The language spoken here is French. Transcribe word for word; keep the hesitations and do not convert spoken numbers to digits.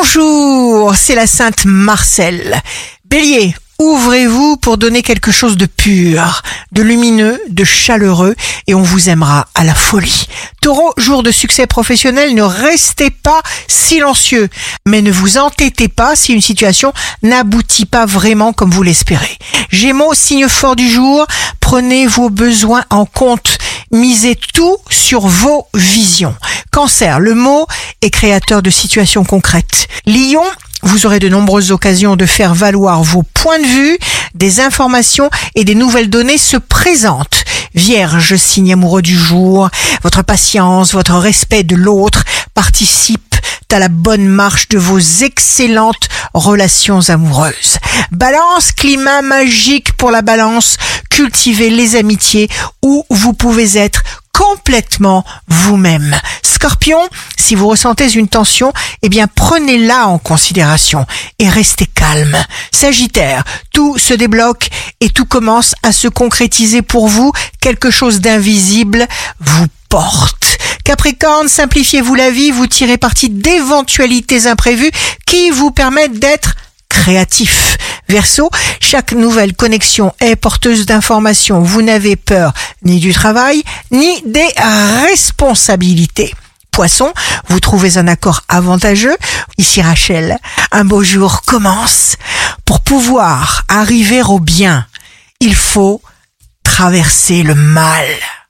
Bonjour, c'est la Sainte Marcelle. Bélier, ouvrez-vous pour donner quelque chose de pur, de lumineux, de chaleureux, et on vous aimera à la folie. Taureau, jour de succès professionnel, ne restez pas silencieux, mais ne vous entêtez pas si une situation n'aboutit pas vraiment comme vous l'espérez. Gémeaux, signe fort du jour, prenez vos besoins en compte, misez tout sur vos visions. Cancer, le mot est créateur de situations concrètes. Lion, vous aurez de nombreuses occasions de faire valoir vos points de vue, des informations et des nouvelles données se présentent. Vierge, signe amoureux du jour, votre patience, votre respect de l'autre participent à la bonne marche de vos excellentes relations amoureuses. Balance, climat magique pour la balance, cultivez les amitiés où vous pouvez être complètement vous-même. Scorpion, si vous ressentez une tension, eh bien prenez-la en considération et restez calme. Sagittaire, tout se débloque et tout commence à se concrétiser pour vous. Quelque chose d'invisible vous porte. Capricorne, simplifiez-vous la vie, vous tirez parti d'éventualités imprévues qui vous permettent d'être créatif. Verseau, chaque nouvelle connexion est porteuse d'informations. Vous n'avez peur ni du travail, ni des responsabilités. Poisson, vous trouvez un accord avantageux. Ici Rachel, un beau jour commence. Pour pouvoir arriver au bien, il faut traverser le mal.